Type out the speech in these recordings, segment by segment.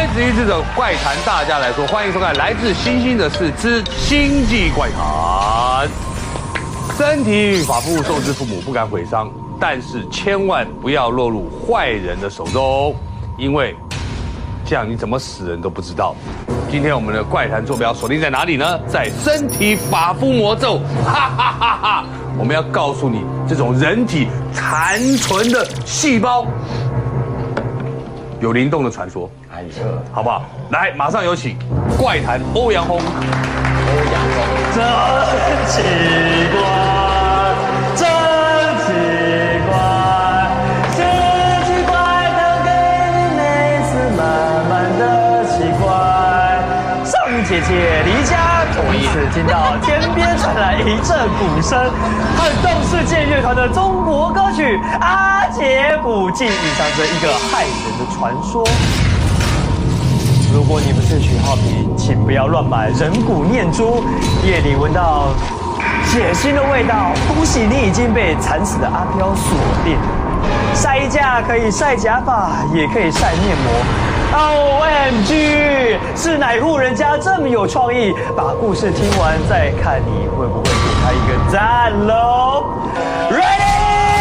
爱子与智者怪谈大家来说，欢迎收看来自星星的4之星际怪谈。身体与法肤受之父母，不敢毁伤，但是千万不要落入坏人的手中，因为这样你怎么死人都不知道。今天我们的怪谈坐标锁定在哪里呢？在身体法肤魔咒，哈哈哈哈！我们要告诉你这种人体残存的细胞有灵动的传说，好不好？来，马上有请怪谈欧阳锋。 真奇怪，真奇怪，奇奇怪的给你每次慢慢的奇怪。少女姐姐离家，同时听到天边传来一阵鼓声，和动世界乐团的中国歌曲《阿姐鼓》竟隐藏着一个骇人的传说。如果你不是许浩平，请不要乱买人骨念珠。夜里闻到血腥的味道，恭喜你已经被惨死的阿飘锁定。晒衣架可以晒假发，也可以晒面膜。OMG， 是哪户人家这么有创意？把故事听完再看你会不会给他一个赞喽 ？Ready？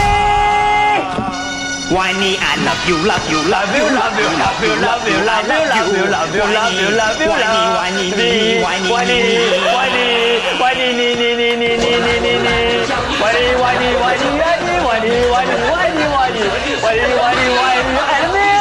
Whiny, I love you, love you, love you, love you, love you, love you, love you, love you, love you, love you, love you, whiny, whiny, whiny, whiny, whiny, ni, ni, ni, ni, ni, ni, ni, ni, whiny, whiny, whiny, whiny, whiny, whiny, whiny, whiny, whiny, whiny, whiny, I love you.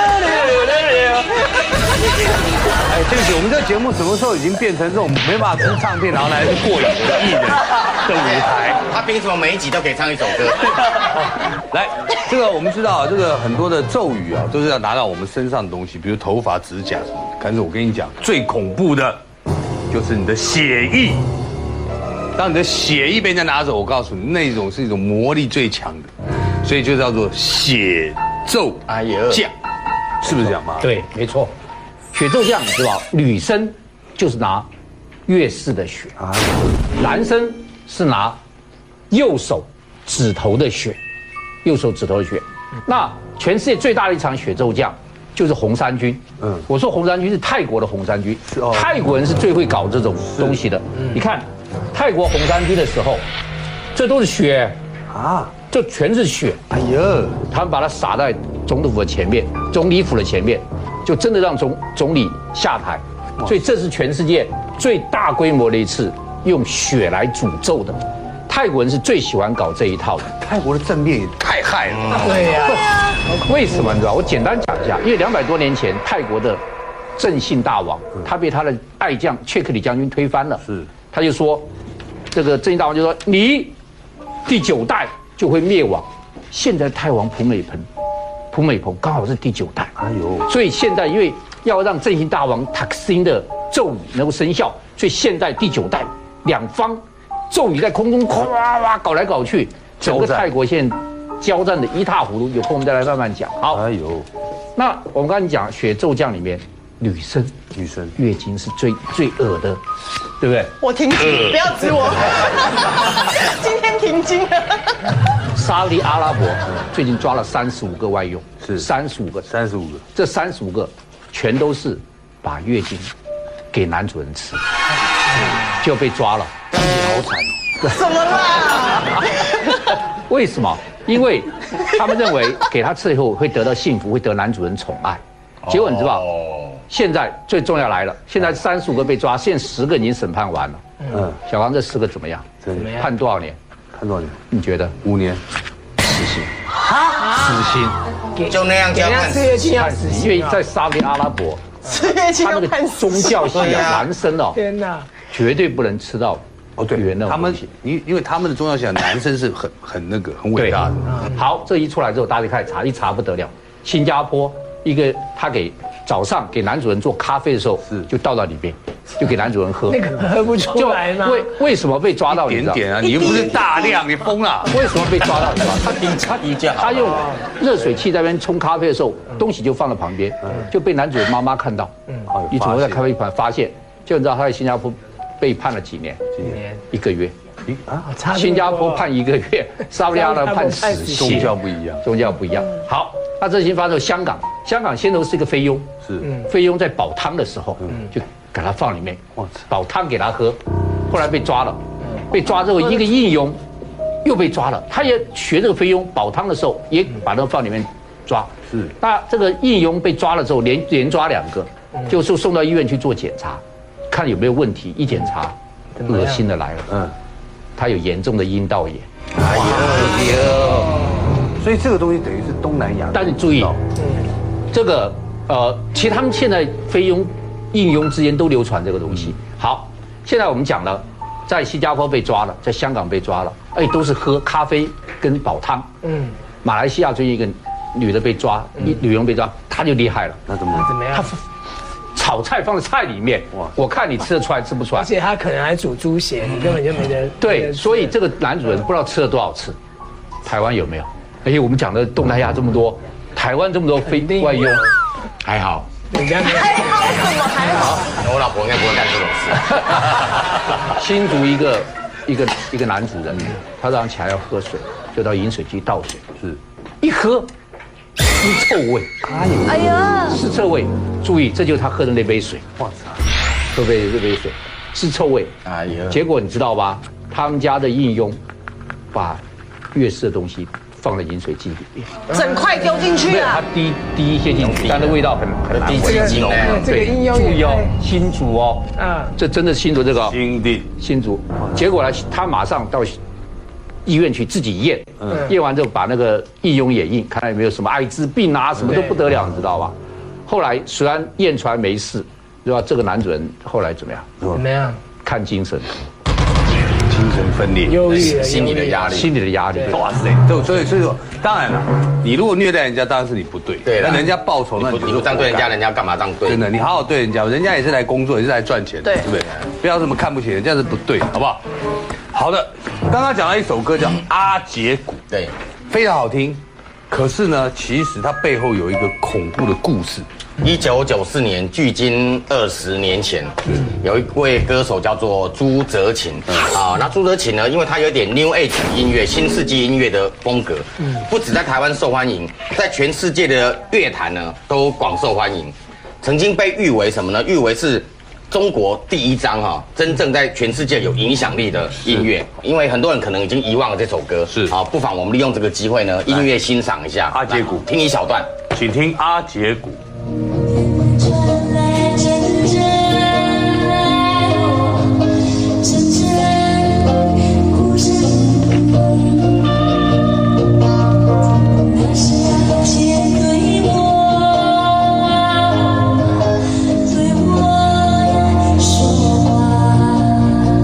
哎，对不起，我们这个节目什么时候已经变成这种没办法出唱片，然后来过瘾的艺人的舞台？ 他凭什么每一集都可以唱一首歌？ 来，这个我们知道，这个很多的咒语啊，都是要拿到我们身上的东西，比如头发、指甲什么。但是我跟你讲，最恐怖的，就是你的血液。当你的血液被人家拿走，我告诉你，那种是一种魔力最强的，所以就叫做血咒降，是不是这样吗？ 对，没错。血咒降，你知道，女生就是拿月事的血啊，男生是拿右手指头的血，右手指头的血。那全世界最大的一场血咒降就是红衫军。我说红衫军是泰国的红衫军，泰国人是最会搞这种东西的。你看泰国红衫军的时候，这都是血啊，这全是血。哎呀，他们把它撒在总统府的前面，总理府的前面。就真的让总理下台，所以这是全世界最大规模的一次用血来诅咒的。泰国人是最喜欢搞这一套的。 泰国的政变也太害了。 对呀。为什么你知道？我简单讲一下，因为200多年前泰国的正信大王，他被他的爱将切克里将军推翻了。是。他就说，这个正信大王就说你第9代就会灭亡。现在泰王普美蓬刚好是第9代，哎呦！所以现在因为要让正信大王塔克辛的咒语能够生效，所以现在第9代两方咒语在空中哗哗搞来搞去，整个泰国现在交战的一塌糊涂。有空我们再来慢慢讲。好，哎呦，那我们刚才讲血咒降里面，女生月经是最恶的，对不对？ 我停经，不要指我。今天停经了。 沙特阿拉伯最近抓了35个外佣，是35个，这35个全都是把月经给男主人吃，就被抓了，好惨哦！ 怎么啦？ 为什么？因为他们认为给他吃了以后会得到幸福，会得男主人宠爱。结果你知道，现在最重要来了，现在35个被抓，现在10个已经审判完了。小王这10个怎么样？判多少年？ 判多少年？ 你觉得？5年，死刑。死刑， 就那样交判吃月经要死刑， 因为在沙特阿拉伯， 吃月经他那个宗教信仰男生哦， 天哪， 绝对不能吃到对， 他们因为他们的宗教信仰男生是很伟大的。 好，这一出来之后，大家开始查，一查不得了，新加坡一个他早上给男主人做咖啡的时候，就倒到里面，就给男主人喝。 那个喝不出来吗？ 为什么被抓到？ 一点点啊，你又不是大量，你疯了？ 为什么被抓到？你知道他用热水器在那边冲咖啡的时候，东西就放在旁边，就被男主人妈妈看到。一走在咖啡馆发现，就你知道他在新加坡被判了几年？1个月。新加坡判1个月，沙特阿拉伯判死刑。 宗教不一样。 好， 那这事情发生在香港，香港先头是一个菲佣，菲佣在煲汤的时候，就给他放里面，煲汤给他喝，后来被抓了，被抓之后一个印佣又被抓了，他也学这个菲佣煲汤的时候也把那个放里面抓，那这个印佣被抓了之后连抓2个，就送到医院去做检查，看有没有问题，一检查，恶心的来了，他有严重的阴道炎，哎呦。 所以这个东西等于是东南亚， 但是注意，这个其实他们现在菲佣、印佣之间都流传这个东西。好，现在我们讲了，在新加坡被抓了，在香港被抓了，都是喝咖啡跟煲汤。马来西亚最近一个女的被抓，女佣被抓，她就厉害了。 那怎么样？ 她炒菜放在菜里面，我看你吃得出来吃不出来？ 而且她可能还煮猪血，你根本就没得。 对，所以这个男主人不知道吃了多少次，台湾有没有？我们讲的东南亚这么多，台湾这么多非外佣，还好。 人家没有。 还好什么还好？ 我老婆应该不会干这种事。 新竹一个男主人，他早上起来要喝水，就到饮水机倒水，一喝尸臭味， 哎呀， 尸臭味，注意，这就是他喝的那杯水，喝这杯水，尸臭味， 哎呀， 结果你知道吧？他们家的印佣把月事的东西放在饮水机里面， 整块丢进去他啊！ 滴一些进去，但是味道很难闻。 这个应用注意哦，新竹哦，这真的新竹这个新竹，结果呢，他马上到医院去自己验，验完之后把那个印佣也印，看有没有什么艾滋病啊，什么都不得了，你知道吧？后来虽然验出来没事，对吧？这个男主人后来怎么样？ 怎么样？ 看精神。 精神分裂、 忧郁、 心理的压力， 心理的压力。 哇塞！所以说，当然了，你如果虐待人家，当然是你不对。 对， 那人家报仇，那你不这样对人家，人家干嘛这样对？ 真的，你好好对人家，人家也是来工作，也是来赚钱的，对不对？不要这么看不起人，这样是不对，好不好？好的，刚刚讲到一首歌叫《阿姐鼓》， 对， 非常好听。可是呢，其实它背后有一个恐怖的故事。 1994年，距今20年前，有一位歌手叫做朱哲琴啊。那朱哲琴呢，因为他有点 New Age 音乐、新世纪音乐的风格，不止在台湾受欢迎，在全世界的乐坛呢都广受欢迎。曾经被誉为什么呢？誉为是中国第一张真正在全世界有影响力的音乐。因为很多人可能已经遗忘了这首歌，不妨我们利用这个机会呢，音乐欣赏一下阿姐鼓， 听一小段， 请听阿姐鼓。 传来阵阵哭声，那是阿姐对我说话。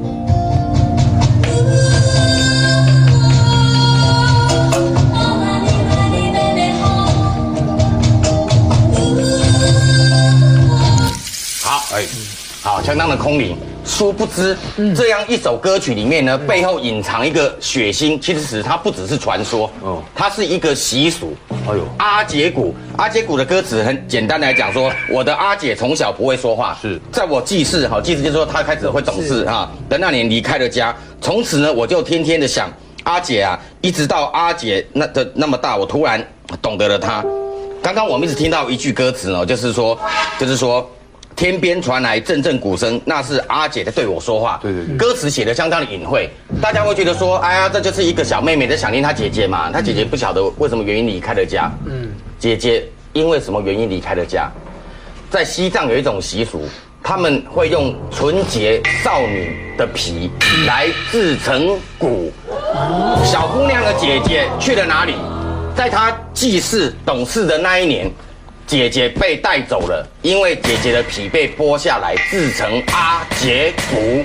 好，相当的空灵。殊不知，这样一首歌曲里面呢，背后隐藏一个血腥。其实它不只是传说，它是一个习俗。哎呦，阿姐鼓，阿姐鼓的歌词很简单来讲说，我的阿姐从小不会说话，在我记事，记事就是说她开始会懂事的那年离开了家，从此呢，我就天天的想阿姐啊，一直到阿姐那么大，我突然懂得了她。刚刚我们一直听到一句歌词呢，就是说。天边传来阵阵鼓声，那是阿姐在对我说话。对，歌词写得相当的隐晦，大家会觉得说，哎呀，这就是一个小妹妹在想念她姐姐嘛。她姐姐不晓得为什么原因离开了家。姐姐因为什么原因离开了家？在西藏有一种习俗，他们会用纯洁少女的皮来制成鼓。小姑娘的姐姐去了哪里？在她记事懂事的那一年。姐姐被带走了，因为姐姐的皮被剥下来制成阿姐鼓。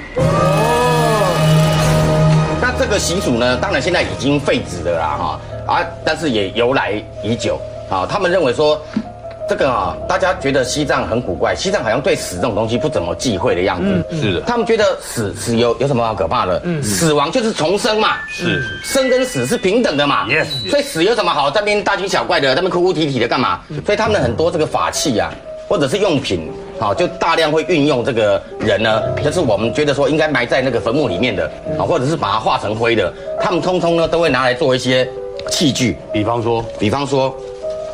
那这个习俗呢，当然现在已经废止了啦但是也由来已久他们认为说，这个大家觉得西藏很古怪，西藏好像对死这种东西不怎么忌讳的样子。是的，他们觉得死有什么好可怕的？死亡就是重生嘛。生跟死是平等的嘛。所以死有什么好在那边大惊小怪的，在那边哭哭啼啼的干嘛？所以他们很多这个法器或者是用品就大量会运用这个人呢，就是我们觉得说应该埋在那个坟墓里面的或者是把它化成灰的，他们通通呢都会拿来做一些器具。比方说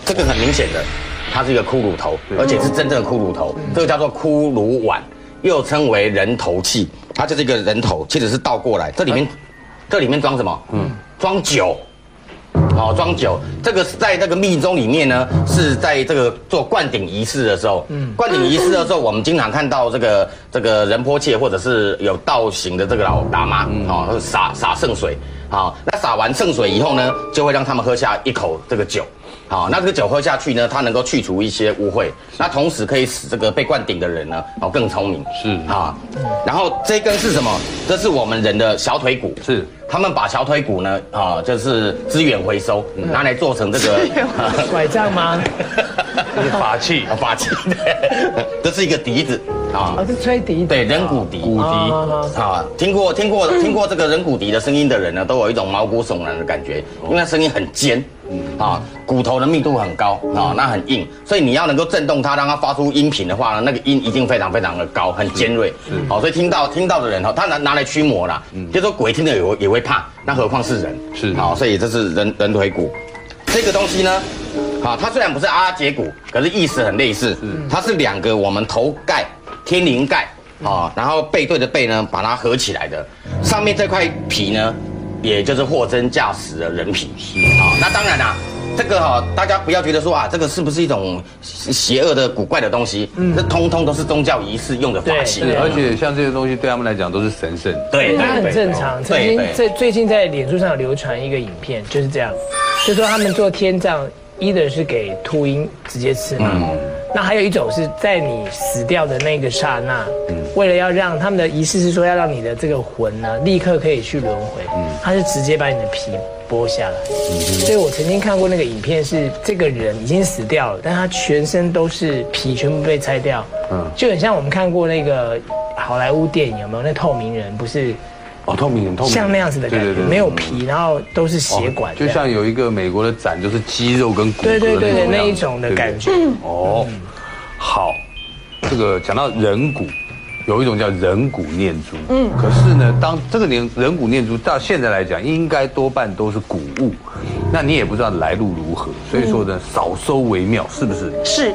这个很明显的，它是一个骷髅头，而且是真正的骷髅头，这个叫做骷髅碗，又称为人头器，它就是一个人头，其实是倒过来，这里面装什么？装酒。装酒，这个在这个密宗里面呢，是在这个做灌顶仪式的时候，灌顶仪式的时候，我们经常看到这个仁波切或者是有道行的这个老喇嘛，洒圣水，那洒完圣水以后呢，就会让他们喝下一口这个酒。那这个酒喝下去呢，它能够去除一些污秽，那同时可以使这个被灌顶的人呢，更聪明。是然后这一根是什么？这是我们人的小腿骨。是。他们把小腿骨呢，就是资源回收，拿来做成这个拐杖吗？ 这是法器， 法器。这是一个笛子是吹笛子。 对，人骨笛。骨笛听过这个人骨笛的声音的人呢，都有一种毛骨悚然的感觉，因为它声音很尖。骨头的密度很高那很硬，所以你要能够震动它，让它发出音频的话呢，那个音一定非常非常的高，很尖锐。所以听到的人他拿来驱魔啦，就说鬼听了也会怕，那何况是人。是所以这是人腿骨。这个东西呢，它虽然不是阿姐骨，可是意思很类似。它是两个我们头盖、天灵盖然后背对着背呢，把它合起来的。上面这块皮呢，也就是货真价实的人皮。那当然啦。这个大家不要觉得说这个是不是一种邪恶的古怪的东西？这通通都是宗教仪式用的法器。 而且像这些东西对他们来讲都是神圣。 对，它很正常。曾经最近在脸书上流传一个影片，就是这样，就说他们做天葬，either是给秃鹰直接吃嘛。那还有一种是在你死掉的那个刹那，为了要让他们的仪式是说要让你的这个魂呢立刻可以去轮回，他是直接把你的皮剥下来。所以我曾经看过那个影片，是这个人已经死掉了，但他全身都是皮，全部被拆掉，就很像我们看过那个好莱坞电影有没有？那透明人不是？ 透明人， 像那样子的感觉，没有皮，然后都是血管， 就像有一个美国的展，就是肌肉跟骨骼对那一种的感觉。 好，这个讲到人骨，有一种叫人骨念珠，可是呢，当这个人骨念珠到现在来讲，应该多半都是古物，那你也不知道来路如何，所以说呢，少收为妙，是不是？ 是。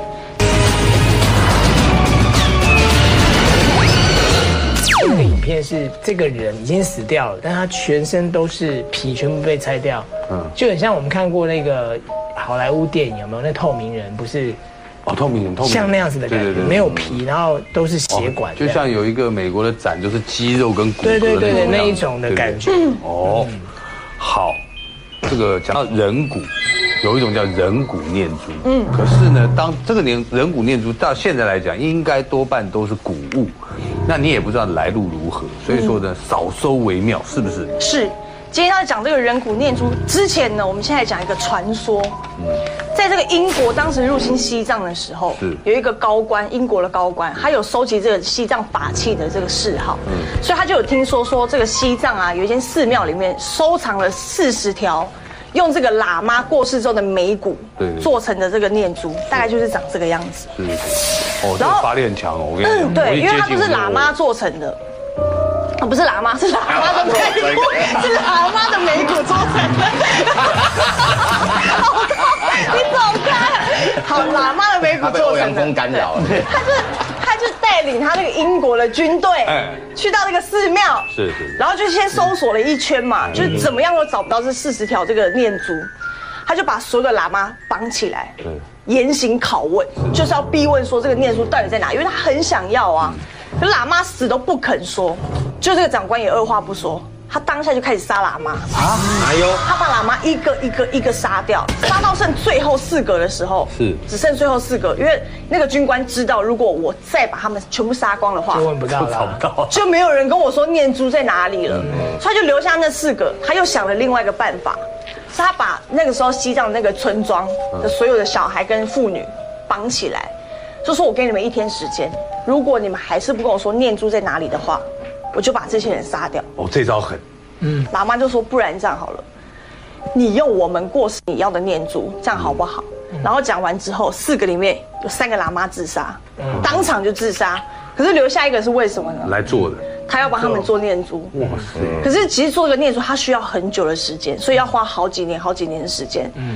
这个影片是这个人已经死掉了，但他全身都是皮，全部被拆掉，就很像我们看过那个好莱坞电影有没有？那透明人不是？ 透明人， 像那样子的感觉，没有皮，然后都是血管， 就像有一个美国的展，就是肌肉跟骨骼对那一种的感觉。 好，这个讲到人骨。有一种叫人骨念珠，可是呢，当这个人骨念珠到现在来讲，应该多半都是古物，那你也不知道来路如何，所以说呢，少收为妙，是不是？ 是。今天要讲这个人骨念珠之前呢，我们现在讲一个传说。在这个英国当时入侵西藏的时候，有一个高官，英国的高官，他有收集这个西藏法器的这个嗜好，所以他就有听说这个西藏有一间寺庙里面收藏了40条。用这个喇嘛过世之后的眉骨做成的这个念珠，大概就是长这个样子。 这个法力很强我跟你讲。 对，因为它不是喇嘛做成的，不是喇嘛，是喇嘛的眉骨，是喇嘛的眉骨做成的。你走开！好，喇嘛的眉骨做成的。被欧阳锋干扰了。 他就带领他那个英国的军队，去到那个寺庙，然后就先搜索了一圈嘛，就是怎么样都找不到这40条这个念珠，他就把所有的喇嘛绑起来，严刑拷问，就是要逼问说这个念珠到底在哪，因为他很想要啊，可喇嘛死都不肯说，就这个长官也二话不说。他当下就开始杀喇嘛他把喇嘛一个杀掉，杀到剩最后4个的时候，只剩最后4个，因为那个军官知道，如果我再把他们全部杀光的话， 就问不到了， 找不到，就没有人跟我说念珠在哪里了，所以他就留下那4个。他又想了另外一个办法，是他把那个时候西藏那个村庄的所有的小孩跟妇女绑起来，就说我给你们1天时间，如果你们还是不跟我说念珠在哪里的话，我就把这些人杀掉。 这招狠。 喇嘛就说，不然这样好了，你用我们过世你要的念珠，这样好不好？然后讲完之后，4个里面有3个喇嘛自杀，当场就自杀。可是留下一个是为什么呢？ 来做的， 他要帮他们做念珠。哇塞！可是其实做这个念珠，它需要很久的时间，所以要花好几年的时间。到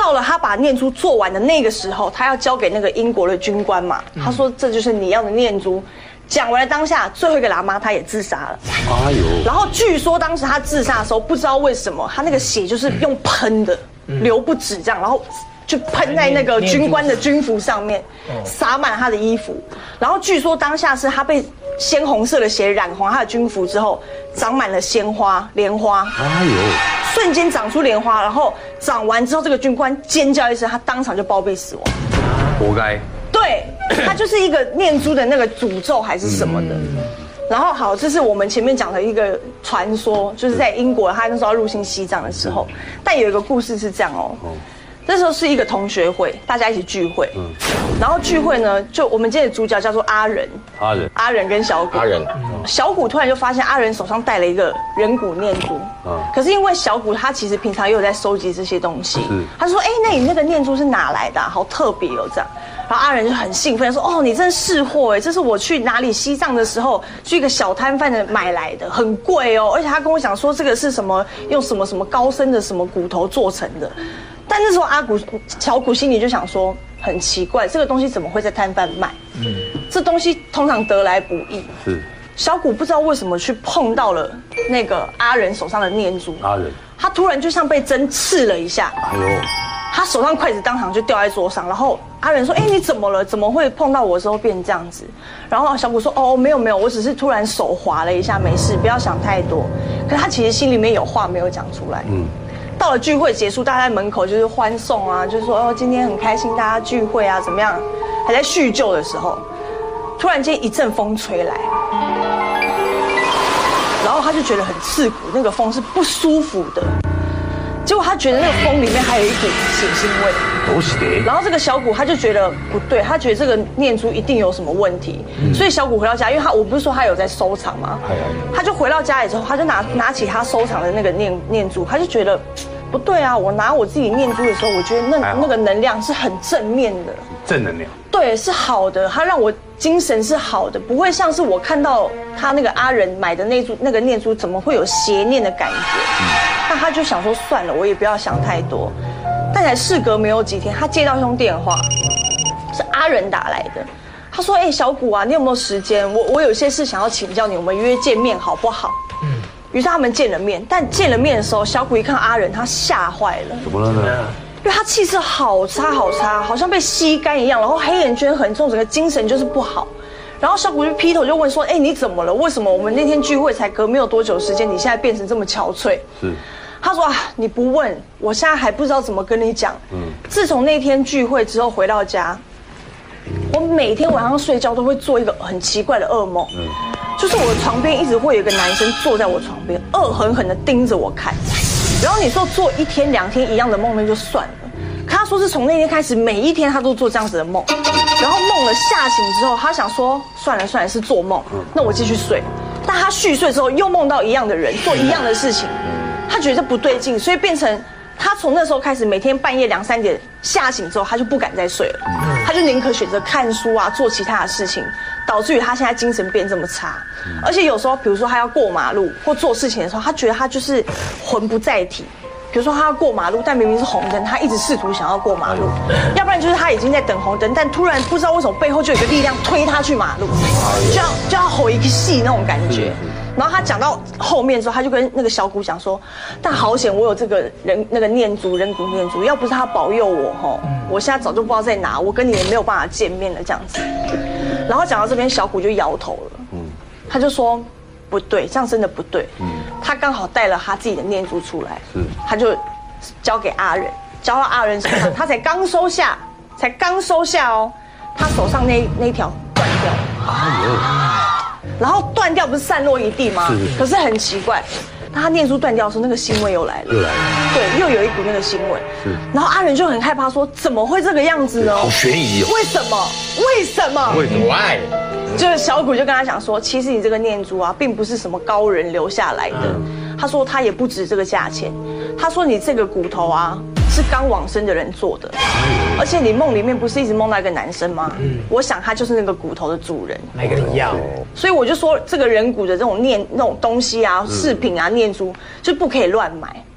到了他把念珠做完的那个时候，他要交给那个英国的军官嘛，他说这就是你要的念珠。讲完了当下，最后一个喇嘛他也自杀了。哎呦！然后据说当时他自杀的时候，不知道为什么他那个血就是用喷的，流不止这样，然后就喷在那个军官的军服上面，洒满他的衣服。然后据说当下是他被鲜红色的血染红他的军服之后，长满了鲜花、莲花。哎呦！瞬间长出莲花，然后长完之后，这个军官尖叫一声，他当场就暴毙死亡。 活该。 对，他就是一个念珠的那个诅咒还是什么的。然后好，这是我们前面讲的一个传说，就是在英国他那时候要入侵西藏的时候，但有一个故事是这样哦。那时候是一个同学会，大家一起聚会。然后聚会呢，就我们今天的主角叫做阿仁。阿仁跟小谷。小谷突然就发现阿仁手上戴了一个人骨念珠。可是因为小谷他其实平常也有在收集这些东西，他就说：“哎，那你那个念珠是哪来的？好特别哦，这样。”然后阿仁就很兴奋说：“哦，你真是货哎！这是我去哪里西藏的时候，去一个小摊贩的买来的，很贵哦。而且他跟我讲说，这个是什么用什么什么高深的什么骨头做成的。”但那时候小谷心里就想说，很奇怪，这个东西怎么会在摊贩卖？这东西通常得来不易。是。小谷不知道为什么去碰到了那个阿仁手上的念珠。他突然就像被针刺了一下。哎呦！他手上筷子当场就掉在桌上，然后阿仁说：“哎，你怎么了？怎么会碰到我的时候变这样子？”然后小谷说：“哦，没有，我只是突然手滑了一下，没事，不要想太多。”可是他其实心里面有话没有讲出来。到了聚会结束，大家在门口就是欢送啊，就是说哦，今天很开心，大家聚会啊，怎么样？还在叙旧的时候，突然间一阵风吹来，然后他就觉得很刺骨，那个风是不舒服的。结果他觉得那个风里面还有一股血腥味，然后这个小谷他就觉得不对，他觉得这个念珠一定有什么问题，所以小谷回到家，因为我不是说他有在收藏吗？他就回到家里之后，他就拿起他收藏的那个念珠，他就觉得不对啊，我拿我自己念珠的时候，我觉得那个能量是很正面的， 正能量， 对，是好的，它让我精神是好的，不会像是我看到他那个阿仁买的那个念珠，怎么会有邪念的感觉？那他就想说算了，我也不要想太多。但才事隔没有几天，他接到一通电话，是阿仁打来的。他说：“哎，小谷啊，你有没有时间？我有些事想要请教你，我们约见面好不好？”于是他们见了面，但见了面的时候，小谷一看阿仁，他吓坏了。 怎么了呢？ 因为他气色好差，好像被吸干一样，然后黑眼圈很重，整个精神就是不好。然后小谷就劈头就问说：“哎，你怎么了？为什么我们那天聚会才隔没有多久时间，你现在变成这么憔悴？”是。他说：“啊，你不问，我现在还不知道怎么跟你讲。自从那天聚会之后回到家，我每天晚上睡觉都会做一个很奇怪的噩梦，就是我的床边一直会有一个男生坐在我床边，恶狠狠地盯着我看。然后你说做1天2天一样的梦那就算了，可他说是从那天开始，每一天他都做这样子的梦，然后梦了吓醒之后，他想说算了是做梦，那我继续睡。但他续睡之后又梦到一样的人做一样的事情。”他觉得不对劲，所以变成他从那时候开始，每天半夜2、3点吓醒之后，他就不敢再睡了，他就宁可选择看书啊，做其他的事情，导致于他现在精神变这么差。而且有时候，比如说他要过马路或做事情的时候，他觉得他就是魂不在体。比如说他要过马路，但明明是红灯，他一直试图想要过马路；要不然就是他已经在等红灯，但突然不知道为什么背后就有一个力量推他去马路，就要吼一个戏那种感觉。然后他讲到后面之后，他就跟那个小谷讲说：“但好险，我有这个人骨念珠，要不是他保佑我吼，我现在早就不知道在哪，我跟你也没有办法见面了这样子。”然后讲到这边，小谷就摇头了，他就说：“不对，这样真的不对。”他刚好带了他自己的念珠出来，他就交给阿仁，交到阿仁手上，他才刚收下哦，他手上那条断掉。然后断掉不是散落一地吗？可是很奇怪，当他念珠断掉的时候，那个腥味又来了，对，又有一股那个腥味。然后阿仁就很害怕，说怎么会这个样子呢？ 好悬疑哦！ 为什么？ Why？ 就是小谷就跟他讲说，其实你这个念珠啊，并不是什么高人留下来的。他说他也不值这个价钱。他说你这个骨头啊，是刚往生的人做的，而且你梦里面不是一直梦到一个男生吗？我想他就是那个骨头的主人。 哪个一样？ 所以我就说，这个人骨的这种那种东西啊、饰品啊、念珠，就不可以乱买。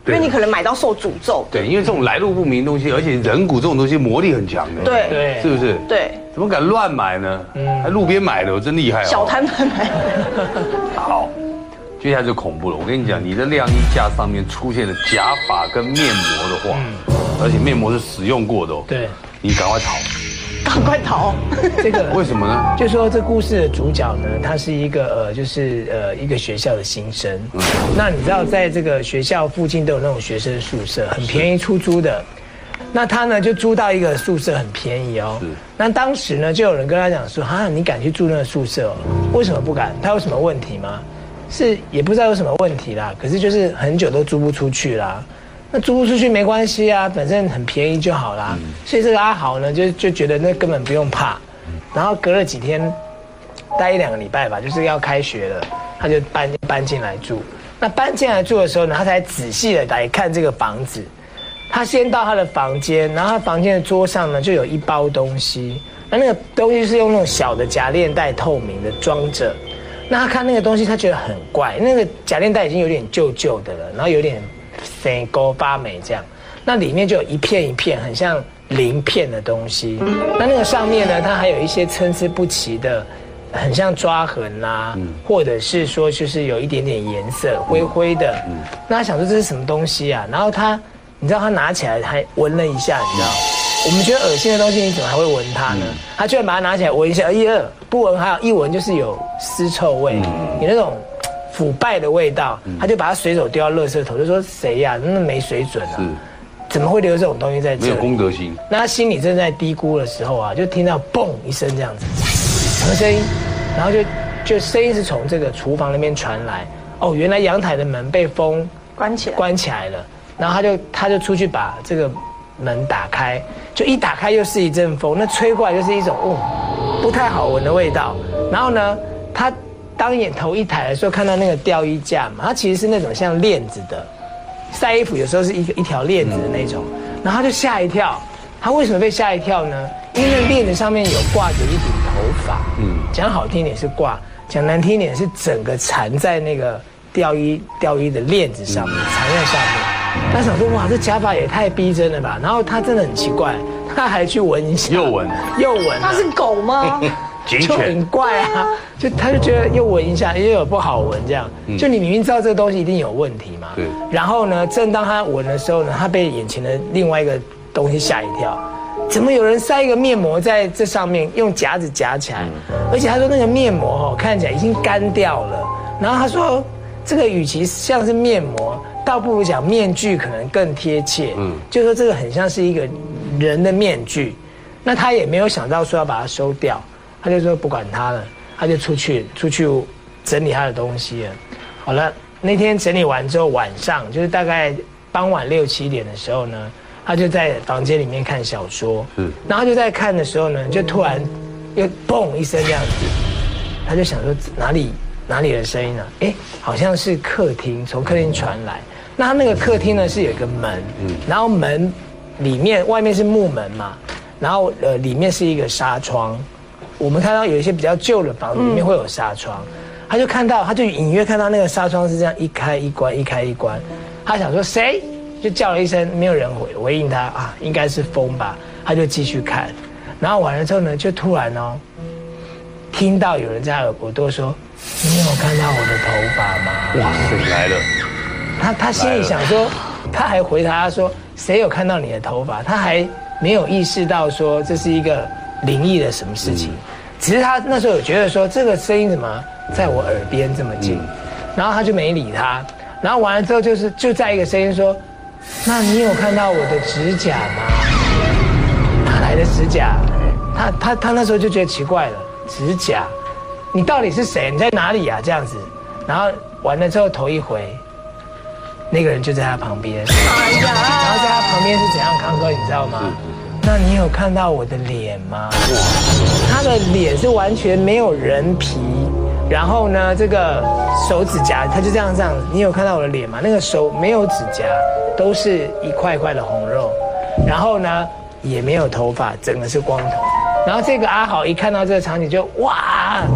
因为你可能买到受诅咒。 对，因为这种来路不明的东西，而且人骨这种东西魔力很强的。 对， 是不是？ 对， 怎么敢乱买呢？还路边买的，我真厉害哦。 小摊贩买。 好，接下来就恐怖了。我跟你讲，你的晾衣架上面出现了假发跟面膜的话，而且面膜是使用过的哦。 对， 你赶快逃。 赶快逃！ 这个为什么呢？ 就说这故事的主角呢，他是一个一个学校的新生。那你知道，在这个学校附近都有那种学生宿舍，很便宜出租的。那他呢就租到一个宿舍，很便宜哦。那当时呢就有人跟他讲说：“啊，你敢去住那个宿舍哦？为什么不敢？他有什么问题吗？”是也不知道有什么问题啦，可是就是很久都租不出去啦。那租不出去没关系啊，反正很便宜就好啦。所以这个阿豪呢，就觉得那根本不用怕。然后隔了几天，待1-2个礼拜吧，就是要开学了，他就搬进来住。那搬进来住的时候呢，他才仔细的来看这个房子。他先到他的房间，然后他房间的桌上呢就有一包东西。那个东西是用那种小的夹链袋，透明的装着。那他看那个东西，他觉得很怪。那个夹链袋已经有点旧的了，然后有点生勾发霉这样，那里面就有一片一片很像鳞片的东西。那个上面呢，它还有一些参差不齐的，很像抓痕啦，或者是说就是有一点点颜色，灰灰的。那他想说这是什么东西啊？然后你知道他拿起来还闻了一下，你知道，我们觉得恶心的东西，你怎么还会闻它呢？他居然把它拿起来闻一下，哎呀，不闻还有一闻就是有尸臭味，有那种腐败的味道，他就把它随手丢到垃圾桶，就说谁呀，那没水准啊，怎么会留这种东西在这里？ 没有公德心。 那他心里正在低估的时候啊，就听到嘣一声这样子，什么声音？然后就声音是从这个厨房那边传来。哦，原来阳台的门被风关起来了。然后他就出去把这个门打开，就一打开又是一阵风，那吹过来就是一种不太好闻的味道。然后呢，他当眼头一抬的时候，看到那个吊衣架嘛，它其实是那种像链子的，晒衣服有时候是一条链子的那种。然后他就吓一跳，他为什么被吓一跳呢？因为那链子上面有挂着一顶头发，讲好听一点是挂，讲难听一点是整个缠在那个吊衣的链子上面，缠在上面。他想说，哇，这假发也太逼真了吧！然后他真的很奇怪，他还去闻一下，又闻， 他是狗吗？ 就很怪啊，他就觉得又闻一下，又有不好闻这样。就你明明知道这个东西一定有问题嘛。对。然后呢，正当他闻的时候呢，他被眼前的另外一个东西吓一跳，怎么有人塞一个面膜在这上面，用夹子夹起来？而且他说那个面膜看起来已经干掉了。然后他说，这个与其像是面膜，倒不如讲面具可能更贴切。就说这个很像是一个人的面具。那他也没有想到说要把它收掉。他就说不管他了，他就出去整理他的东西了。好了，那天整理完之后，晚上就是大概傍晚6、7点的时候呢，他就在房间里面看小说。然后就在看的时候呢，就突然又嘣一声这样子，他就想说哪里的声音呢？好像是客厅，从客厅传来。那他那个客厅呢是有一个门，然后门里面外面是木门嘛，然后里面是一个纱窗。我们看到有一些比较旧的房子里面会有纱窗，他就隐约看到那个纱窗是这样一开一关，一开一关。他想说谁，就叫了一声，没有人回应他啊，应该是风吧。他就继续看，然后完了之后呢，就突然听到有人在耳朵说：“你有看到我的头发吗？” 哇塞，来了！ 他心里想说，他还回答他说：“谁有看到你的头发？”他还没有意识到说这是一个灵异的什么事情。只是他那时候有觉得说这个声音怎么在我耳边这么近，然后他就没理他。然后完了之后就在一个声音说：“那你有看到我的指甲吗？哪来的指甲？”他那时候就觉得奇怪了，指甲，你到底是谁？你在哪里啊？这样子，然后完了之后头一回，那个人就在他旁边。哎呀！然后在他旁边是怎样，康哥你知道吗？那你有看到我的脸吗？他的脸是完全没有人皮，然后呢，这个手指甲他就这样，你有看到我的脸吗？那个手没有指甲，都是一块块的红肉，然后呢也没有头发，整个是光头。然后这个阿豪一看到这个场景就哇，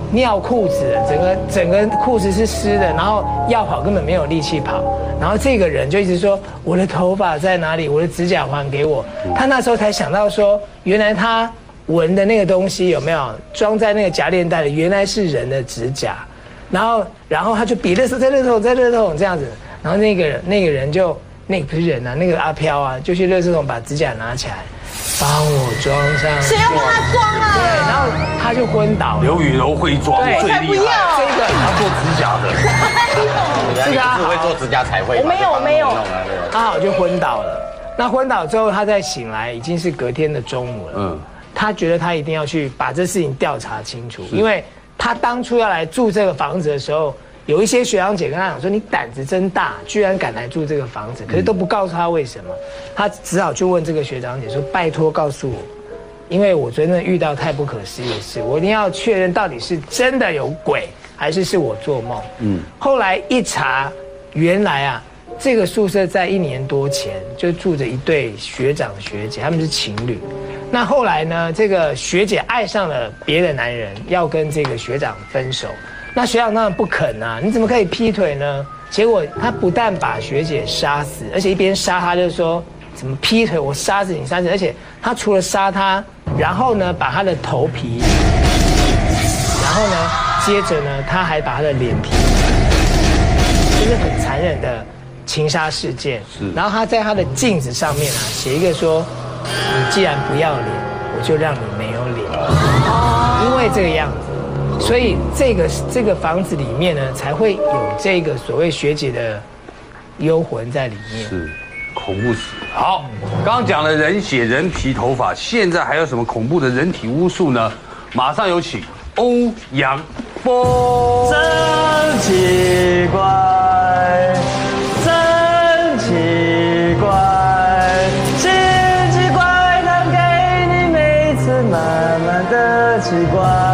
尿裤子，整个裤子是湿的，然后要跑根本没有力气跑，然后这个人就一直说我的头发在哪里，我的指甲还给我。他那时候才想到说，原来他闻的那个东西有没有装在那个夹链袋里，原来是人的指甲，然后他就比垃圾在垃圾桶这样子，然后那个人就那个不是人啊，那个阿飘啊，就去垃圾桶把指甲拿起来。帮我装上， 谁要帮他装啊？ 对，然后他就昏倒了。 刘雨柔会装， 对， 最厉害。 这个他做指甲的， 这个是会做指甲才会。 我没有。 他好就昏倒了。那昏倒之后，他再醒来已经是隔天的中午了。他觉得他一定要去把这事情调查清楚，因为他当初要来住这个房子的时候。有一些学长姐跟他讲说：“你胆子真大，居然敢来住这个房子。”可是都不告诉他为什么，他只好去问这个学长姐说：“拜托告诉我，因为我真的遇到太不可思议的事，我一定要确认到底是真的有鬼，还是我做梦。”后来一查，原来啊，这个宿舍在1年多前就住着一对学长学姐，他们是情侣。那后来呢，这个学姐爱上了别的男人，要跟这个学长分手。那学长当然不肯啊，你怎么可以劈腿呢？结果他不但把学姐杀死，而且一边杀她就说怎么劈腿，我杀死你，杀死你！而且他除了杀她，然后呢把她的头皮，然后呢接着呢他还把她的脸皮，这是很残忍的情杀事件。然后他在他的镜子上面啊写一个说，你既然不要脸，我就让你没有脸，因为这个样子。所以这个房子里面呢，才会有这个所谓学姐的幽魂在里面。 是，恐怖死。好，刚刚讲了人血、人皮、头发，现在还有什么恐怖的人体巫术呢？马上有请欧阳锋。 真奇怪，真奇怪，奇奇怪，它给你每次满满的奇怪。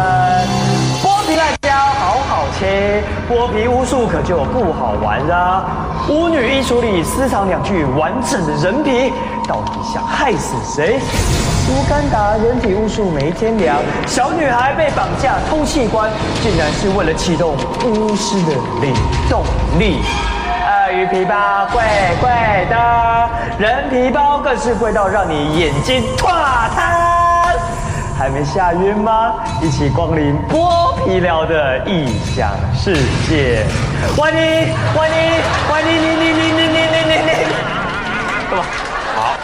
剥皮巫术可就不好玩啦！巫女衣橱里私藏2具完整的人皮，到底想害死谁？乌干达人体巫术没天良，小女孩被绑架偷器官，竟然是为了启动巫师的灵动力。鳄鱼皮包贵贵的，人皮包更是贵到让你眼睛垮塌。还没吓晕吗？一起光临剥皮疗的异想世界。欢迎，你，对吧？ 好。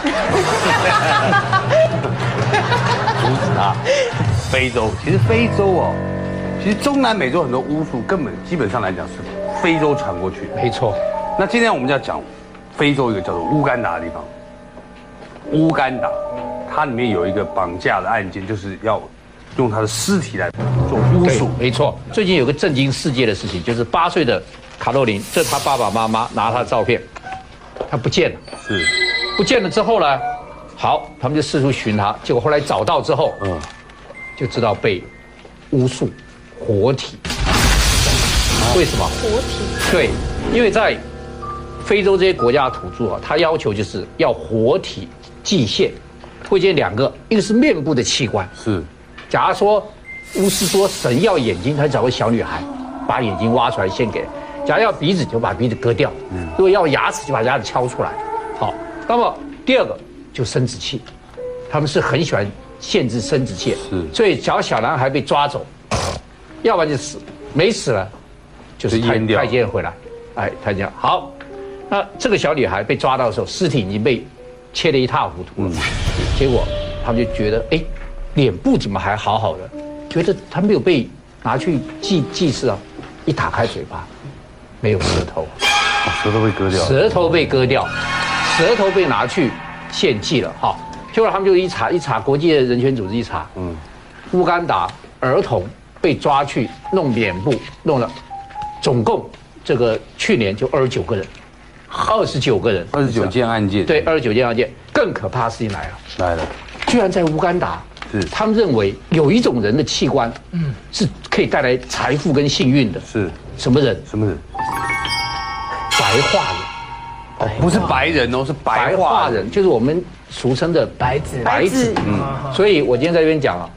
啊，非洲，其实非洲哦，其实中南美洲很多巫术根本基本上来讲是非洲传过去的。 没错。 那今天我们要讲非洲一个叫做乌干达的地方。乌干达。它里面有一个绑架的案件，就是要用他的尸体来做巫术。 没错，最近有个震惊世界的事情，就是8岁的卡洛琳，这他爸爸妈妈拿他的照片，他不见了。是，不见了之后呢，好，他们就四处寻他，结果后来找到之后，就知道被巫术活体。为什么？ 活体。 对，因为在非洲这些国家的土著啊，他要求就是要活体祭献。会见2个，一个是面部的器官，是，假如说巫师说神要眼睛，他找个小女孩，把眼睛挖出来献给；假如要鼻子，就把鼻子割掉；如果要牙齿，就把牙齿敲出来。好，那么第2个就生殖器，他们是很喜欢限制生殖器，是，所以只要小男孩被抓走，要不然就死，没死了就是太监回来，哎，太监好，那这个小女孩被抓到的时候，尸体已经被切得一塌糊涂了。结果他们就觉得，哎，脸部怎么还好好的？觉得他没有被拿去祭祀啊！一打开嘴巴，没有舌头， 舌头被割掉， 舌头被割掉，舌头被拿去献祭了。哈，结果他们就一查，国际的人权组织一查，乌干达儿童被抓去弄脸部，弄了，总共这个去年就29个人。29个人 ，29件案件， 对，29件案件。更可怕的事情来了，居然在乌干达，是他们认为有一种人的器官，是可以带来财富跟幸运的，是什么人？ 什么人？ 白化人， 哦，不是白人哦，是白化人， 就是我们俗称的白子。 所以我今天在这边讲啊，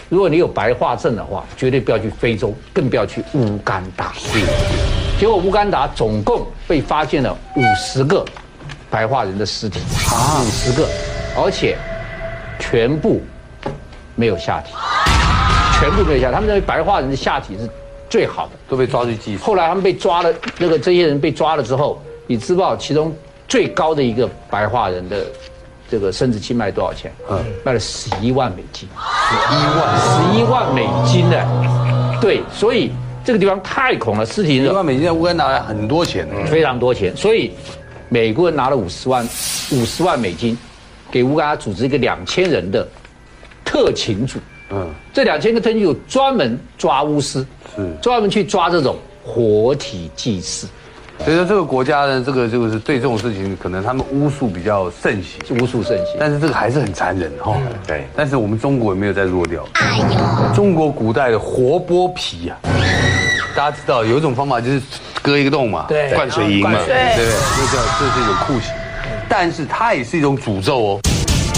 如果你有白化症的话，绝对不要去非洲，更不要去乌干达。是，结果乌干达总共被发现了50个白化人的尸体，50个，而且全部没有下体，全部没有下体。他们认为白化人的下体是最好的， 都被抓去祭祀。 后来他们被抓了，这些人被抓了之后，你知道其中最高的一个白化人的这个生殖器卖多少钱？卖了11万美金。11万美金呢？对，所以这个地方太恐了，尸体 11万美金在乌干达很多钱， 非常多钱。所以美国人拿了50万美金，给乌干达组织一个2000人的特勤组。这2000个特勤组专门抓巫师，专门去抓这种活体祭祀。 所以说这个国家呢，这个就是对这种事情，可能他们巫术比较盛行， 巫术盛行， 但是这个还是很残忍哈。 对， 但是我们中国也没有再弱掉。中国古代的活剥皮啊，大家知道有一种方法就是割一个洞嘛， 对， 灌水银嘛，对不对？这是一种酷刑，但是它也是一种诅咒哦。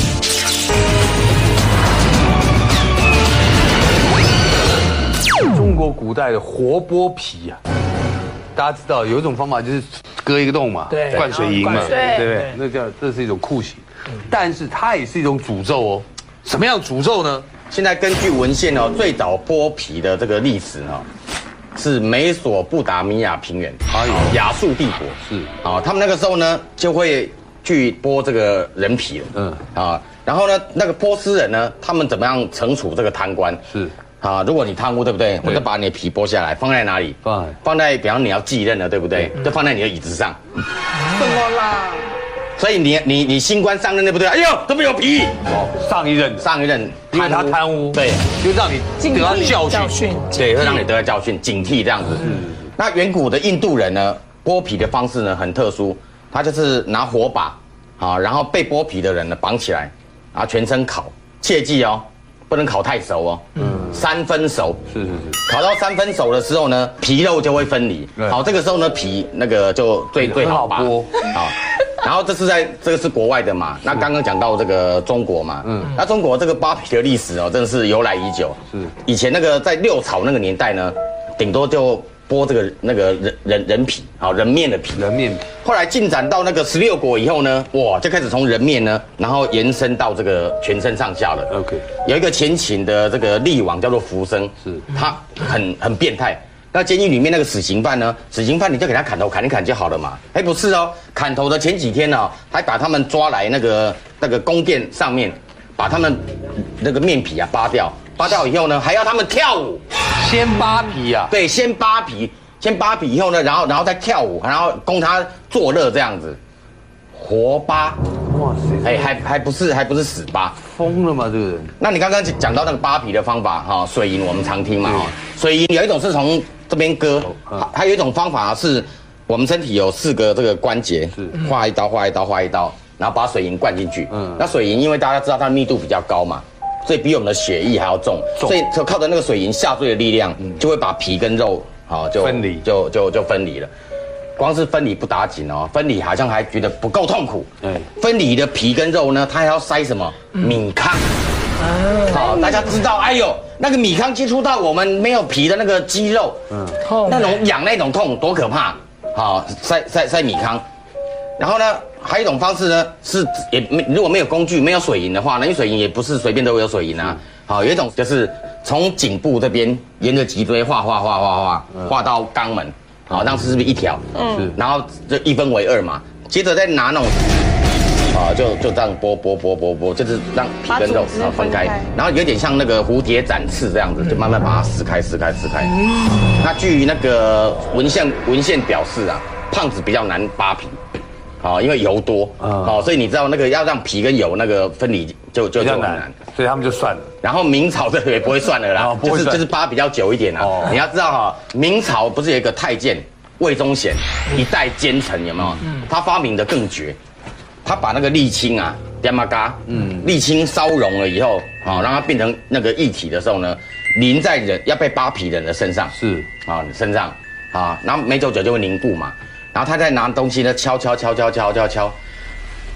中国古代的活剥皮啊，大家知道有一种方法就是割一个洞嘛， 对， 灌水银嘛， 对不对？那这是一种酷刑，但是它也是一种诅咒哦。什么样诅咒呢？ 现在根据文献哦，最早剥皮的这个历史哦，是美索不达米亚平原，亚述帝国是啊，他们那个时候呢就会去剥这个人皮了，然后呢那个波斯人呢，他们怎么样惩处这个贪官？是。如果你贪污，对不对？我就把你的皮剥下来，放在哪里？放在，比方你要继任了，对不对？就放在你的椅子上。 怎么啦？ 所以你新官上任，对不对？哎呦，怎么有皮？ 上一任，因为他贪污， 对， 就让你得到教训， 对，会让你得到教训，警惕这样子。那远古的印度人呢，剥皮的方式呢很特殊，他就是拿火把，然后被剥皮的人呢绑起来，然后全身烤，切记哦。不能烤太熟哦，3分熟，是，烤到3分熟的时候呢，皮肉就会分离。好，这个时候呢，皮那个就最好剥。好，然后这个是国外的嘛，那刚刚讲到这个中国嘛，那中国这个剥皮的历史哦，真的是由来已久。是，以前那个在六朝那个年代呢，顶多就剥这个那个人皮，人面的皮，后来进展到那个16国以后呢，哇，就开始从人面呢，然后延伸到这个全身上下了。OK， 有一个前秦的这个厉王叫做扶生，是，他很变态。那监狱里面那个死刑犯呢，你就给他砍头砍一砍就好了嘛。哎，不是哦，砍头的前几天呢，还把他们抓来那个宫殿上面，把他们那个面皮扒掉。扒掉以后呢，还要他们跳舞， 先扒皮啊？ 对，先扒皮以后呢，然后再跳舞，然后供他作乐这样子，活扒，哇塞，还不是死扒， 疯了吗？这个人？ 那你刚刚讲到那个扒皮的方法水银我们常听嘛水银有一种是从这边割，还有一种方法是我们身体有4个这个关节，划一刀，然后把水银灌进去，那水银因为大家知道它的密度比较高嘛。所以比我们的血液还要重，所以就靠着那个水银下坠的力量，就会把皮跟肉就分离，就分离了。光是分离不打紧哦，分离好像还觉得不够痛苦。分离的皮跟肉呢，它还要塞什么米糠？大家知道，哎呦，那个米糠接触到我们没有皮的那个肌肉，痛，那种痒那种痛多可怕！塞米糠。然后呢，还有一种方式呢，是如果没有工具、没有水银的话呢，因为水银也不是随便都有水银啊。有一种就是从颈部这边沿着脊椎画到肛门，这样是不是一条？然后就1分为2嘛，接着再拿那种，就这样剥，就是让皮跟肉分开，然后有点像那个蝴蝶展翅这样子，就慢慢把它撕开。那据那个文献表示啊，胖子比较难扒皮。因为油多所以你知道那个要让皮跟油那个分离就很难， 所以他们就算了。 然后明朝的也不会算了啦，就是扒比较久一点啦。你要知道明朝不是有一个太监魏忠贤一代奸臣有没有？他发明的更绝，他把那个沥青沥青烧融了以后让它变成那个液体的时候呢，淋在要被扒皮的人的身上，身上然后没多久就会凝固嘛。然后他再拿东西呢敲，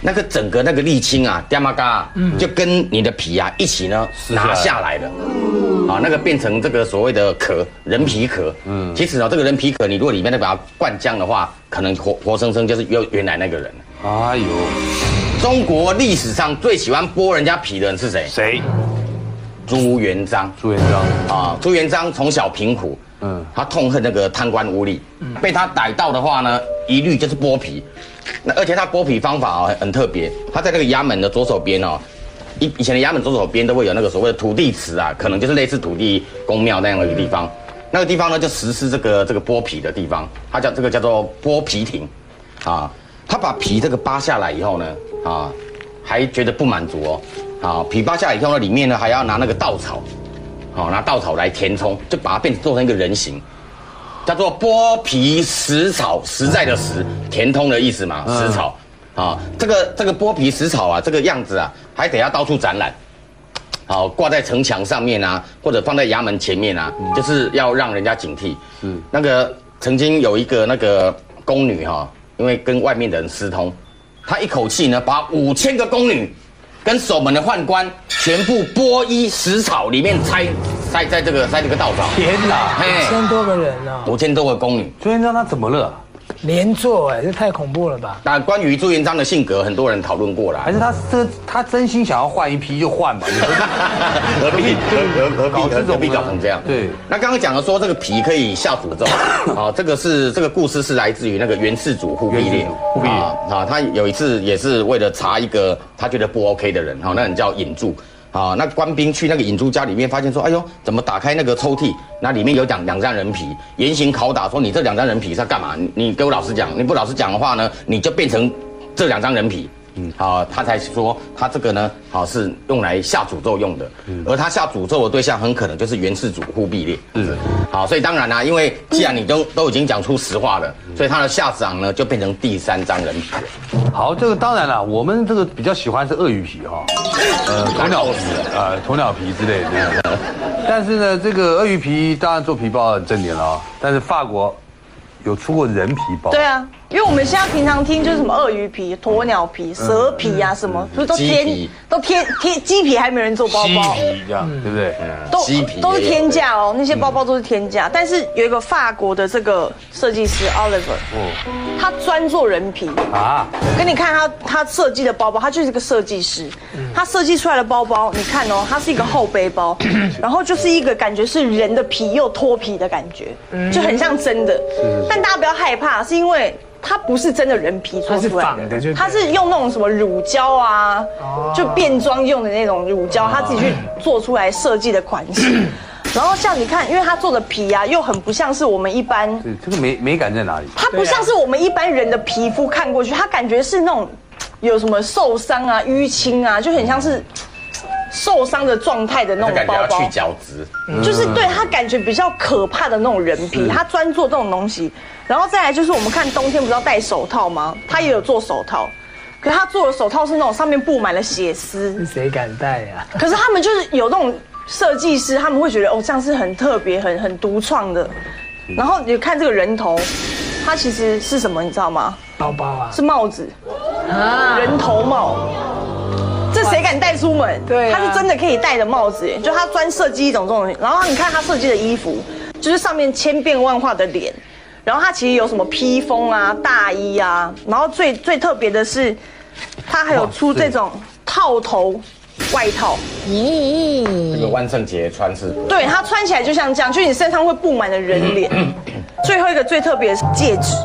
那个整个那个沥青啊，嗲玛嘎，就跟你的皮啊一起呢拿下来了。啊，那个变成这个所谓的壳，人皮壳。其实呢，这个人皮壳，你如果里面再把它灌浆的话，可能活生生就是原来那个人。 哎呦， 中国历史上最喜欢剥人家皮的人是谁？ 谁？ 朱元璋。 朱元璋啊，朱元璋从小贫苦，他痛恨那个贪官污吏，被他逮到的话呢，一律就是剥皮。那而且他剥皮方法啊很特别，他在那个衙门的左手边哦。以前的衙门左手边都会有那个所谓的土地祠啊，可能就是类似土地公庙那样的一个地方。那个地方呢，就实施这个剥皮的地方，它叫做剥皮亭，啊，他把皮这个扒下来以后呢，啊，还觉得不满足哦，啊，皮扒下来以后呢，里面呢还要拿那个稻草，好，拿稻草来填充，就把它做成一个人形，叫做剥皮食草，实在的实，填通的意思嘛，食草。啊，这个剥皮食草啊，这个样子啊，还得要到处展览，好，挂在城墙上面啊，或者放在衙门前面啊，就是要让人家警惕。那个曾经有一个那个宫女哈，因为跟外面的人私通，她一口气呢把5000个宫女跟守门的宦官全部剥衣食草，里面塞这个稻草。 天哪 ，1000多个人啊 ，5000多个宫女。 朱元璋他怎么了？ 连坐哎，这太恐怖了吧？ 那关于朱元璋的性格，很多人讨论过了。 还是他真心想要换一批就换嘛？ 何必搞成这样？ 对。 那刚刚讲了说这个皮可以下诅咒啊，这个故事是来自于那个元世祖忽必烈啊，他有一次也是为了查一个他觉得不 OK 的人，那人叫尹柱。啊，那官兵去那个尹珠家里面，发现说，哎呦，怎么打开那个抽屉，那里面有两张人皮，严刑拷打，说你这2张人皮是要干嘛？你给我老实讲，你不老实讲的话呢，你就变成这2张人皮。他才说他这个呢，是用来下诅咒用的，而他下诅咒的对象很可能就是元世祖忽必烈。好，所以当然啦，因为既然你都已经讲出实话了，所以他的下场呢就变成第3张人皮了。 好，这个当然了，我们这个比较喜欢是鳄鱼皮哈，鸵鸟皮鸵鸟皮之类的。但是呢，这个鳄鱼皮当然做皮包很正点了啊，但是法国有出过人皮包。 对啊，因为我们现在平常听就是什么鳄鱼皮、鸵鸟皮、蛇皮啊什么，不是都贴鸡皮，还没人做包包， 鸡皮这样对不对？ 都是天价哦，那些包包都是天价。但是有一个法国的这个设计师 Oliver，他专做人皮啊。我给你看他设计的包包，他就是一个设计师，他设计出来的包包，你看哦，它是一个后背包，然后就是一个感觉是人的皮又脱皮的感觉，就很像真的。但大家不要害怕，是因为它不是真的人皮做出来的，它是用那种什么乳胶啊，就变装用的那种乳胶，他自己去做出来设计的款式。然后像你看，因为它做的皮啊，又很不像是我们一般， 对，这个美感在哪里？ 它不像是我们一般人的皮肤看过去，它感觉是那种有什么受伤啊、淤青啊，就很像是受伤的状态的那种包包， 感觉要去角质， 就是对它感觉比较可怕的那种人皮，它专做这种东西。然后再来就是我们看冬天不是要戴手套吗？他也有做手套，可是他做的手套是那种上面布满了血丝， 是谁敢戴呀？ 可是他们就是有那种设计师，他们会觉得哦这样是很特别、很独创的。然后你看这个人头，它其实是什么你知道吗？ 包包啊， 是帽子啊，人头帽。这谁敢戴出门？ 对， 它是真的可以戴的帽子，就他专设计一种这种。然后你看他设计的衣服，就是上面千变万化的脸。然后它其实有什么披风啊、大衣啊，然后最特别的是，它还有出这种套头外套。 这个万圣节穿是？ 对，它穿起来就像这样，就你身上会布满了人脸。最后一个最特别的是戒指，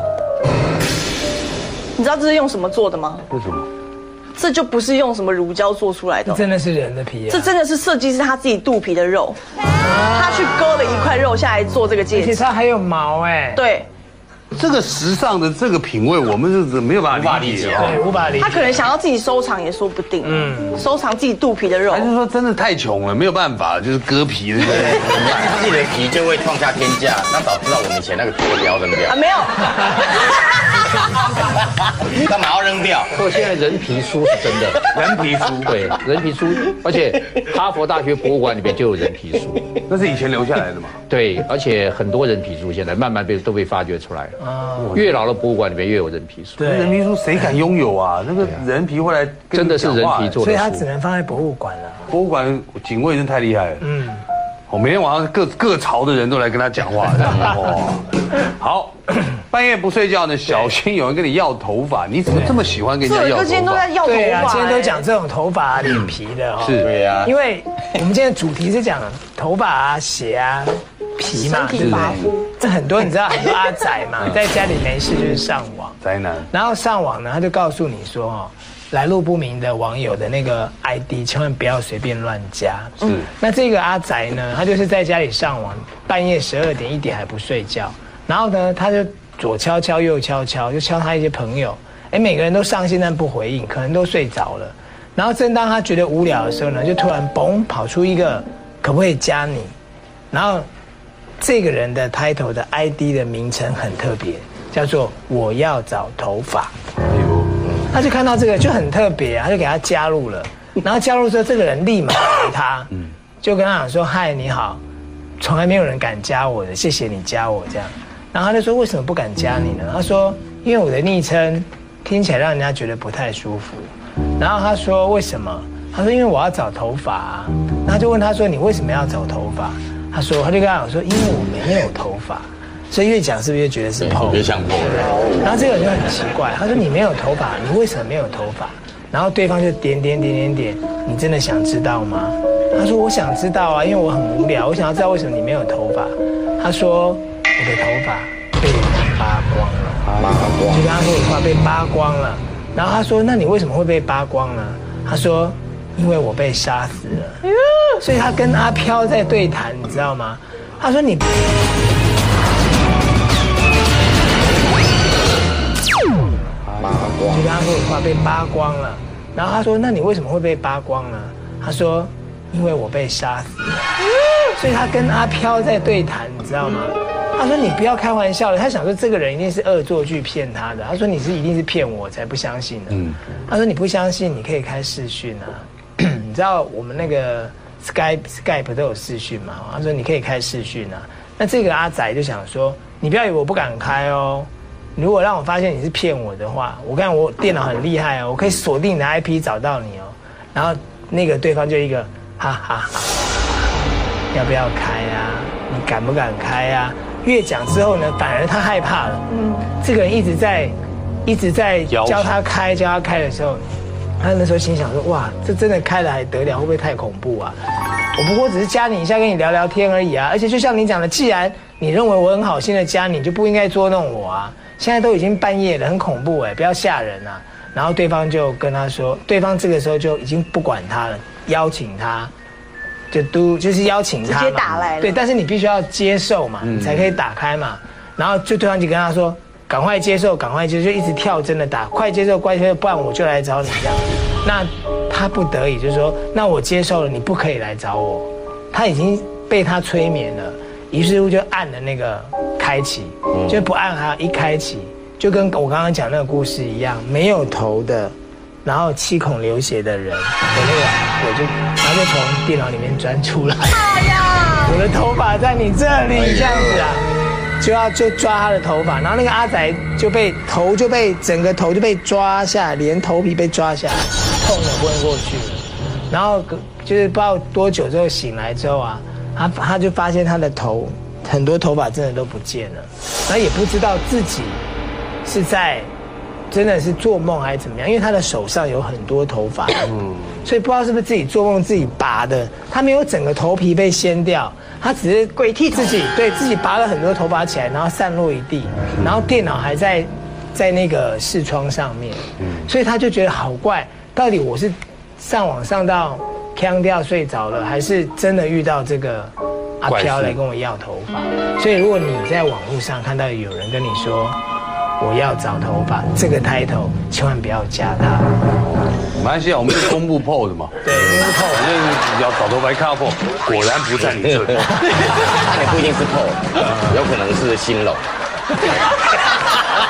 你知道这是用什么做的吗？ 为什么？ 这就不是用什么乳胶做出来的， 真的是人的皮啊！ 这真的是设计师他自己肚皮的肉，他去割了一块肉下来做这个戒指， 而且它还有毛哎。 对， 这个时尚的这个品味，我们是没有办法理解， 对，无法理解。 他可能想要自己收藏也说不定，收藏自己肚皮的肉， 还是说真的太穷了，没有办法，就是割皮的。 自己的皮就会创下天价，那早知道我们以前那个割标怎么样？ 啊，没有。 干嘛要扔掉？ 不过现在人皮书是真的， 人皮书， 对，人皮书，而且哈佛大学博物馆里面就有人皮书， 那是以前留下来的嘛。 对，而且很多人皮书现在慢慢都被发掘出来了。越老的博物馆里面越有人皮书。 对，人皮书谁敢拥有啊？那个人皮会来真的是人皮做的书， 所以它只能放在博物馆了。 博物馆警卫真太厉害了。每天晚上各朝的人都来跟他讲话。好，半夜不睡觉呢，小心有人跟你要头发。你怎么这么喜欢跟人家要头发？ 今天都在要头发。 对啊，今天都讲这种头发、脸皮的哈。 是， 对啊。 因为我们今天的主题是讲头发啊、血啊、皮嘛，对不对？这很多你知道，很多阿宅嘛，在家里没事就是上网。 宅男。 然后上网呢，他就告诉你说哦。来路不明的网友的那个 ID， 千万不要随便乱加。那这个阿宅呢，他就是在家里上网，半夜12点1点还不睡觉，然后呢，他就左敲敲右敲敲，就敲他一些朋友，每个人都上线但不回应，可能都睡着了。然后正当他觉得无聊的时候呢，就突然嘣跑出一个可不可以加你？然后这个人的 title 的 ID 的名称很特别，叫做我要找头发。他就看到这个就很特别，他就给他加入了，然后加入之后，这个人立马回他，就跟他讲说：“嗨，你好，从来没有人敢加我的，谢谢你加我这样。”然后他就说：“为什么不敢加你呢？”他说：“因为我的昵称听起来让人家觉得不太舒服。”然后他说：“为什么？”他说：“因为我要找头发啊。”然后就问他说：“你为什么要找头发？”他就跟他讲说：“因为我没有头发。”所以越讲是不是越觉得是PO？ 越像PO。 然后这个人就很奇怪，他说你没有头发，你为什么没有头发？然后对方就点，你真的想知道吗？他说我想知道啊，因为我很无聊，我想要知道为什么你没有头发。他说我的头发被人家扒光了，就跟他说我头发被扒光了。然后他说那你为什么会被扒光呢？他说因为我被杀死了。所以他跟阿飘在对谈，你知道吗？他说你。就跟他说我头发被扒光了，然后他说那你为什么会被扒光呢？他说因为我被杀死了。所以他跟阿飘在对谈，你知道吗？他说你不要开玩笑了，他想说这个人一定是恶作剧骗他的。他说你一定是骗我才不相信的。他说你不相信你可以开视讯啊，你知道我们那个 Skype 都有视讯嘛？他说你可以开视讯啊。那这个阿仔就想说你不要以为我不敢开哦。如果让我发现你是骗我的话，我看我电脑很厉害哦，我可以锁定你的 IP 找到你哦。然后那个对方就一个哈哈哈，要不要开啊？你敢不敢开啊？越讲之后呢，反而他害怕了。这个人一直在教他开的时候，他那时候心想说：哇，这真的开了还得了？会不会太恐怖啊？我不过只是加你一下，跟你聊聊天而已啊。而且就像你讲的，既然你认为我很好心的加你，就不应该捉弄我啊。现在都已经半夜了，很恐怖不要吓人啊。然后对方就跟他说，对方这个时候就已经不管他了，邀请他，就是邀请他嘛， 直接打来了。 对，但是你必须要接受嘛，你才可以打开嘛。然后就对方就跟他说，赶快接受，赶快接受，就一直跳针的打，快接受，快接受，不然我就来找你这样。那他不得已就说，那我接受了，你不可以来找我。他已经被他催眠了。于是乎就按了那个开启，就不按还要一开启，就跟我刚刚讲那个故事一样，没有头的，然后7孔流血的人的那个，然后就从电脑里面钻出来。哎呀，我的头发在你这里这样子啊，就抓他的头发，然后那个阿仔整个头就被抓下来，连头皮被抓下来，痛得昏过去了。然后就是不知道多久之后醒来之后啊。他就发现他的头很多头发真的都不见了，然后也不知道自己是在真的是做梦还是怎么样，因为他的手上有很多头发，所以不知道是不是自己做梦自己拔的，他没有整个头皮被掀掉，他只是鬼剃头， 对自己拔了很多头发起来，然后散落一地，然后电脑还在那个视窗上面，所以他就觉得好怪，到底我是上网上到呛掉睡着了，还是真的遇到这个阿飘来跟我要头发？所以如果你在网络上看到有人跟你说我要找头发，这个 title 千万不要加他。 没关系啊，我们是公布 PO 的嘛。 对，公布 PO， 反正只要找头发看到 PO， 果然不在你这里。 那也不一定是PO，有可能是新楼。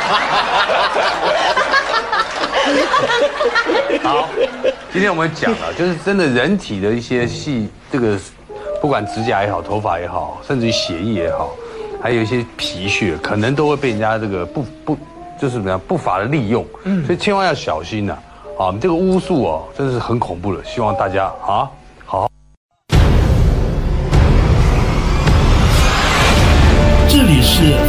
好，今天我们讲了，就是真的人体的一些这个不管指甲也好，头发也好，甚至于血液也好，还有一些皮屑，可能都会被人家这个就是怎么样不法的利用，所以千万要小心呐。啊，这个巫术哦，真的是很恐怖的，希望大家啊。 这里是